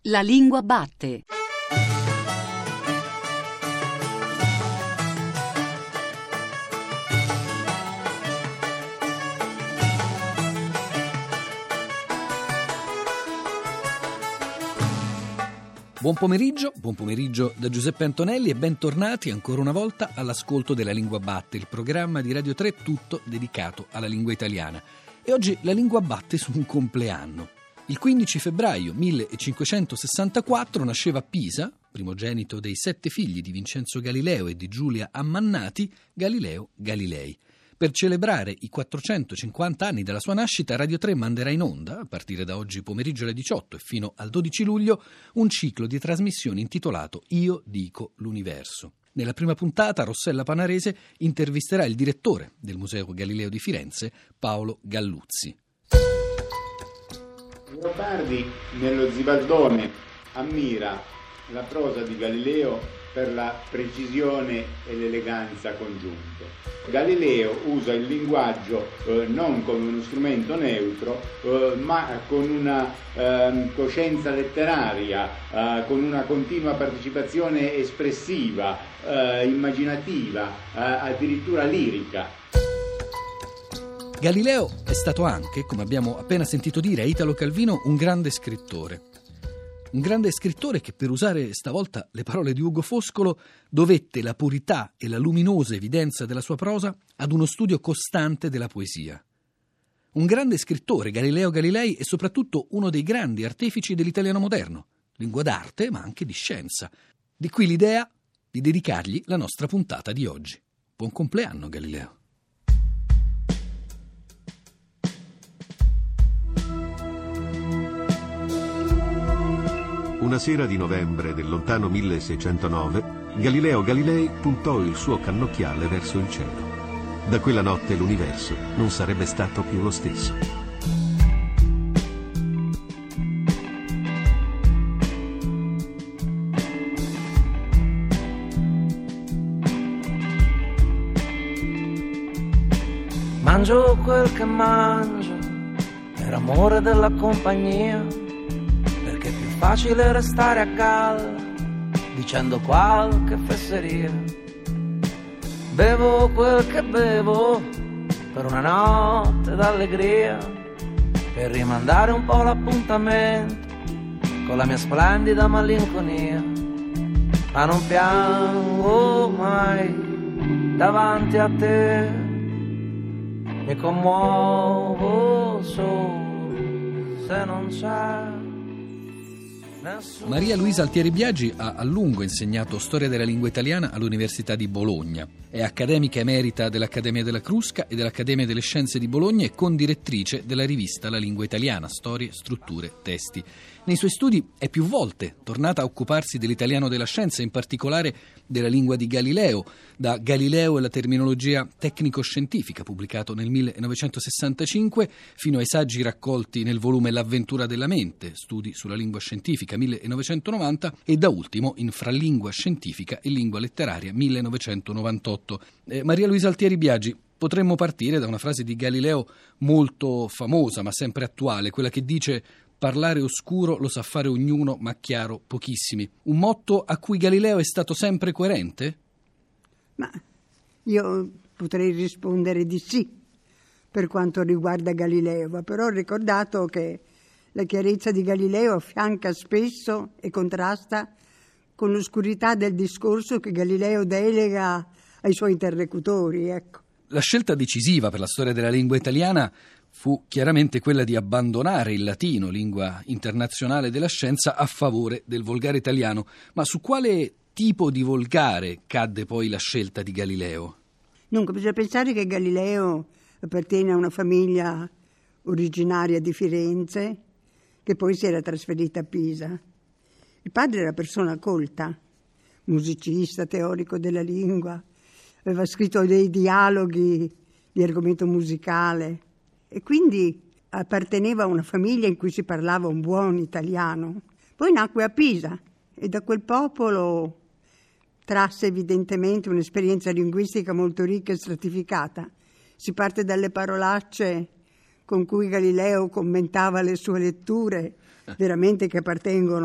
La lingua batte. Buon pomeriggio da Giuseppe Antonelli e bentornati ancora una volta all'ascolto della Lingua Batte, il programma di Radio 3 tutto dedicato alla lingua italiana. E oggi la lingua batte su un compleanno. Il 15 febbraio 1564 nasceva a Pisa, primogenito dei 7 figli di Vincenzo Galileo e di Giulia Ammannati, Galileo Galilei. Per celebrare i 450 anni dalla sua nascita, Radio 3 manderà in onda, a partire da oggi pomeriggio alle 18 e fino al 12 luglio, un ciclo di trasmissioni intitolato Io dico l'universo. Nella prima puntata Rossella Panarese intervisterà il direttore del Museo Galileo di Firenze, Paolo Galluzzi. Leopardi, nello Zibaldone, ammira la prosa di Galileo per la precisione e l'eleganza congiunte. Galileo usa il linguaggio non come uno strumento neutro, ma con una coscienza letteraria, con una continua partecipazione espressiva, immaginativa, addirittura lirica. Galileo è stato anche, come abbiamo appena sentito dire a Italo Calvino, un grande scrittore. Un grande scrittore che, per usare stavolta le parole di Ugo Foscolo, dovette la purità e la luminosa evidenza della sua prosa ad uno studio costante della poesia. Un grande scrittore, Galileo Galilei, è soprattutto uno dei grandi artefici dell'italiano moderno, lingua d'arte ma anche di scienza. Di qui l'idea di dedicargli la nostra puntata di oggi. Buon compleanno, Galileo! Una sera di novembre del lontano 1609, Galileo Galilei puntò il suo cannocchiale verso il cielo. Da quella notte l'universo non sarebbe stato più lo stesso. Mangio quel che mangio per amore della compagnia, perché è più facile restare a galla dicendo qualche fesseria. Bevo quel che bevo per una notte d'allegria, per rimandare un po' l'appuntamento con la mia splendida malinconia. Ma non piango mai davanti a te, mi commuovo solo se non c'è. Maria Luisa Altieri Biagi ha a lungo insegnato storia della lingua italiana all'Università di Bologna. È accademica emerita dell'Accademia della Crusca e dell'Accademia delle Scienze di Bologna e condirettrice della rivista La Lingua Italiana, Storie, Strutture, Testi. Nei suoi studi è più volte tornata a occuparsi dell'italiano della scienza, in particolare della lingua di Galileo, da Galileo e la terminologia tecnico-scientifica, pubblicato nel 1965, fino ai saggi raccolti nel volume L'avventura della mente, studi sulla lingua scientifica, 1990, e da ultimo in Fra lingua scientifica e lingua letteraria, 1998. Maria Luisa Altieri Biagi, potremmo partire da una frase di Galileo molto famosa ma sempre attuale, quella che dice: parlare oscuro lo sa fare ognuno, ma chiaro pochissimi. Un motto a cui Galileo è stato sempre coerente? Ma io potrei rispondere di sì per quanto riguarda Galileo, ma però ho ricordato che la chiarezza di Galileo affianca spesso e contrasta con l'oscurità del discorso che Galileo delega ai suoi interlocutori, ecco. La scelta decisiva per la storia della lingua italiana fu chiaramente quella di abbandonare il latino, lingua internazionale della scienza, a favore del volgare italiano. Ma su quale tipo di volgare cadde poi la scelta di Galileo? Dunque, bisogna pensare che Galileo appartiene a una famiglia originaria di Firenze, che poi si era trasferita a Pisa. Il padre era persona colta, musicista, teorico della lingua, aveva scritto dei dialoghi di argomento musicale e quindi apparteneva a una famiglia in cui si parlava un buon italiano. Poi nacque a Pisa e da quel popolo trasse evidentemente un'esperienza linguistica molto ricca e stratificata. Si parte dalle parolacce con cui Galileo commentava le sue letture, veramente che appartengono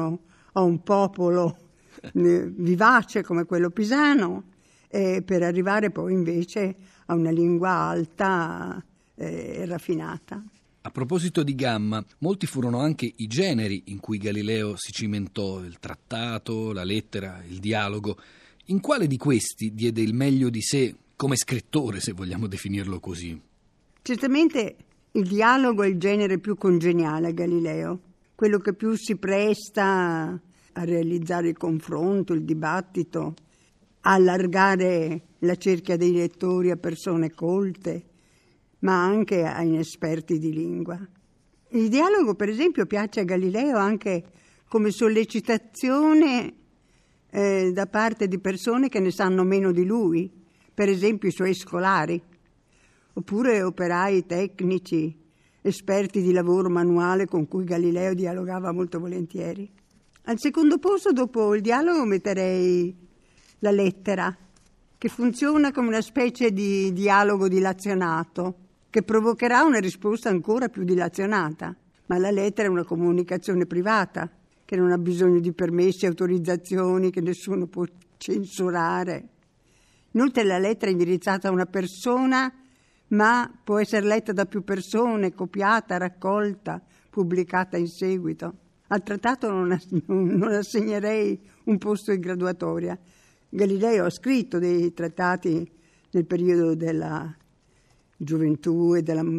a un popolo vivace come quello pisano, per arrivare poi invece a una lingua alta e raffinata. A proposito di gamma, molti furono anche i generi in cui Galileo si cimentò: il trattato, la lettera, il dialogo. In quale di questi diede il meglio di sé come scrittore, se vogliamo definirlo così? Certamente il dialogo è il genere più congeniale a Galileo, quello che più si presta a realizzare il confronto, il dibattito, a allargare la cerchia dei lettori a persone colte, ma anche a inesperti di lingua. Il dialogo, per esempio, piace a Galileo anche come sollecitazione da parte di persone che ne sanno meno di lui, per esempio i suoi scolari, oppure operai tecnici, esperti di lavoro manuale con cui Galileo dialogava molto volentieri. Al secondo posto, dopo il dialogo, metterei la lettera, che funziona come una specie di dialogo dilazionato, che provocherà una risposta ancora più dilazionata. Ma la lettera è una comunicazione privata, che non ha bisogno di permessi, autorizzazioni, che nessuno può censurare. Inoltre la lettera è indirizzata a una persona, ma può essere letta da più persone, copiata, raccolta, pubblicata in seguito. Al trattato non assegnerei un posto in graduatoria. Galileo ha scritto dei trattati nel periodo della gioventù e della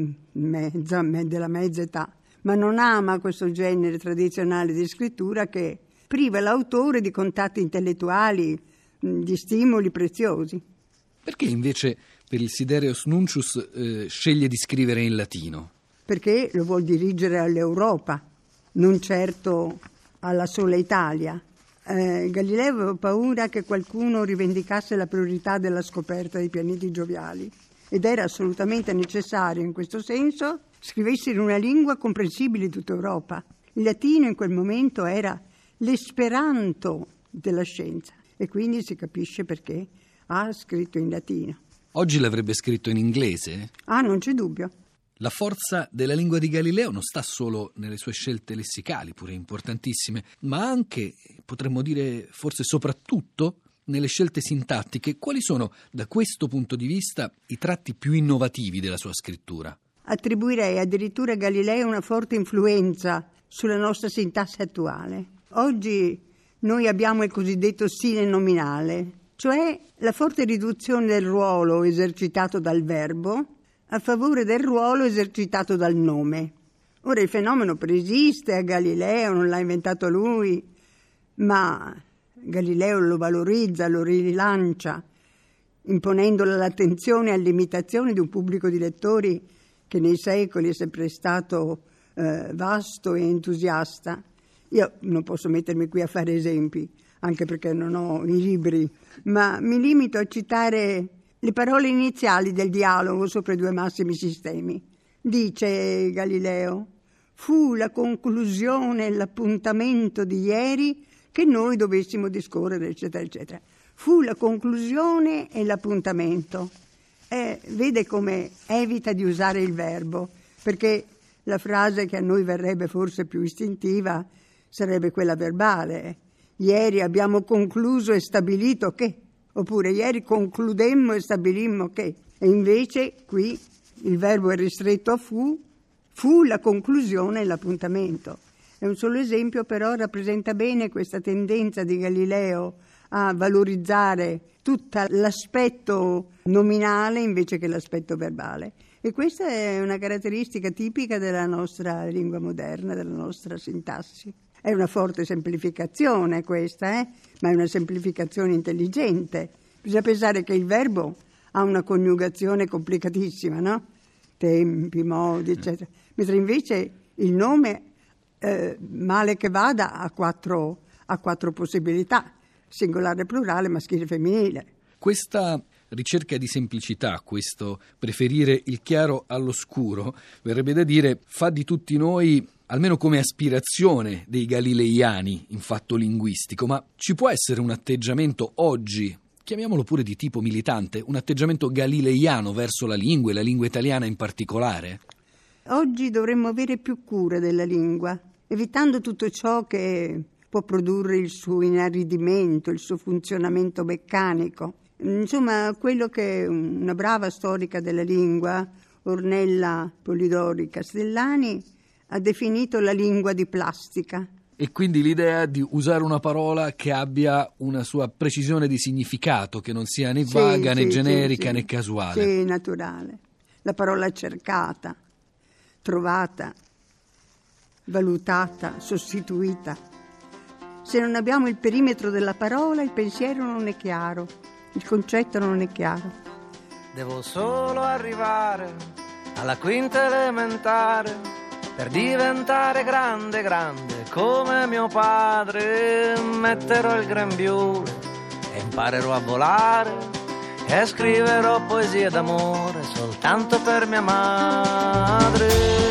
mezza età, ma non ama questo genere tradizionale di scrittura che priva l'autore di contatti intellettuali, di stimoli preziosi. Perché invece per il Sidereus Nuncius sceglie di scrivere in latino? Perché lo vuol dirigere all'Europa, non certo alla sola Italia. Galileo aveva paura che qualcuno rivendicasse la priorità della scoperta dei pianeti gioviali ed era assolutamente necessario in questo senso scrivesse in una lingua comprensibile in tutta Europa. Il latino in quel momento era l'esperanto della scienza e quindi si capisce perché ha scritto in latino. Oggi l'avrebbe scritto in inglese? Non c'è dubbio. La forza della lingua di Galileo non sta solo nelle sue scelte lessicali, pure importantissime, ma anche, potremmo dire forse soprattutto, nelle scelte sintattiche. Quali sono, da questo punto di vista, i tratti più innovativi della sua scrittura? Attribuirei addirittura a Galileo una forte influenza sulla nostra sintassi attuale. Oggi noi abbiamo il cosiddetto sine nominale, cioè la forte riduzione del ruolo esercitato dal verbo a favore del ruolo esercitato dal nome. Ora il fenomeno preesiste a Galileo, non l'ha inventato lui, ma Galileo lo valorizza, lo rilancia, imponendolo all'attenzione e all'imitazione di un pubblico di lettori che nei secoli è sempre stato vasto e entusiasta. Io non posso mettermi qui a fare esempi, anche perché non ho i libri, ma mi limito a citare le parole iniziali del dialogo sopra i due massimi sistemi. Dice Galileo: fu la conclusione e l'appuntamento di ieri che noi dovessimo discorrere, eccetera, eccetera. Fu la conclusione e l'appuntamento. Vede come evita di usare il verbo, perché la frase che a noi verrebbe forse più istintiva sarebbe quella verbale. Ieri abbiamo concluso e stabilito che, oppure ieri concludemmo e stabilimmo che. E invece qui il verbo è ristretto a fu la conclusione e l'appuntamento. È un solo esempio, però rappresenta bene questa tendenza di Galileo a valorizzare tutto l'aspetto nominale invece che l'aspetto verbale. E questa è una caratteristica tipica della nostra lingua moderna, della nostra sintassi. È una forte semplificazione questa, ma è una semplificazione intelligente. Bisogna pensare che il verbo ha una coniugazione complicatissima, no? Tempi, modi, eccetera. Mentre invece il nome, male che vada, ha quattro possibilità: singolare, plurale, maschile e femminile. Questa ricerca di semplicità, questo preferire il chiaro all'oscuro, verrebbe da dire, fa di tutti noi, almeno come aspirazione dei galileiani in fatto linguistico, ma ci può essere un atteggiamento oggi, chiamiamolo pure di tipo militante, un atteggiamento galileiano verso la lingua e la lingua italiana in particolare? Oggi dovremmo avere più cura della lingua, evitando tutto ciò che può produrre il suo inaridimento, il suo funzionamento meccanico. Insomma, quello che una brava storica della lingua, Ornella Polidori Castellani, ha definito la lingua di plastica. E quindi l'idea di usare una parola che abbia una sua precisione di significato, che non sia né vaga, né generica, né casuale. Sì, naturale. La parola cercata, trovata, valutata, sostituita. Se non abbiamo il perimetro della parola, il pensiero non è chiaro, il concetto non è chiaro. Devo solo arrivare alla quinta elementare per diventare grande, grande come mio padre. Metterò il grembiule e imparerò a volare e scriverò poesie d'amore soltanto per mia madre.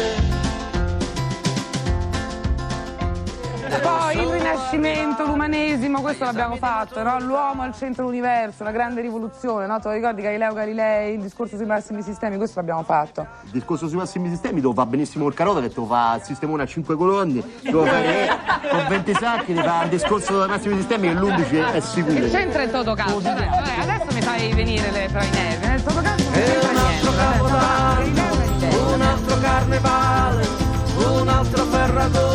Poi il Rinascimento, l'umanesimo, questo l'abbiamo fatto, no? L'uomo al centro dell'universo, la grande rivoluzione, no? Te lo ricordi Galileo Galilei, il discorso sui massimi sistemi, questo l'abbiamo fatto. Il discorso sui massimi sistemi dove va benissimo il Carota, che te lo fa il sistemone a 5 colonni, dove fare con 20 sacchi, ti fa il discorso dei massimi sistemi che l'11 è sicuro. Il centro è il Totocalcio, adesso mi fai venire però i nervi, nel Totocalcio non c'entra niente. Un altro capodanno, un altro carnevale, un altro Ferragosto.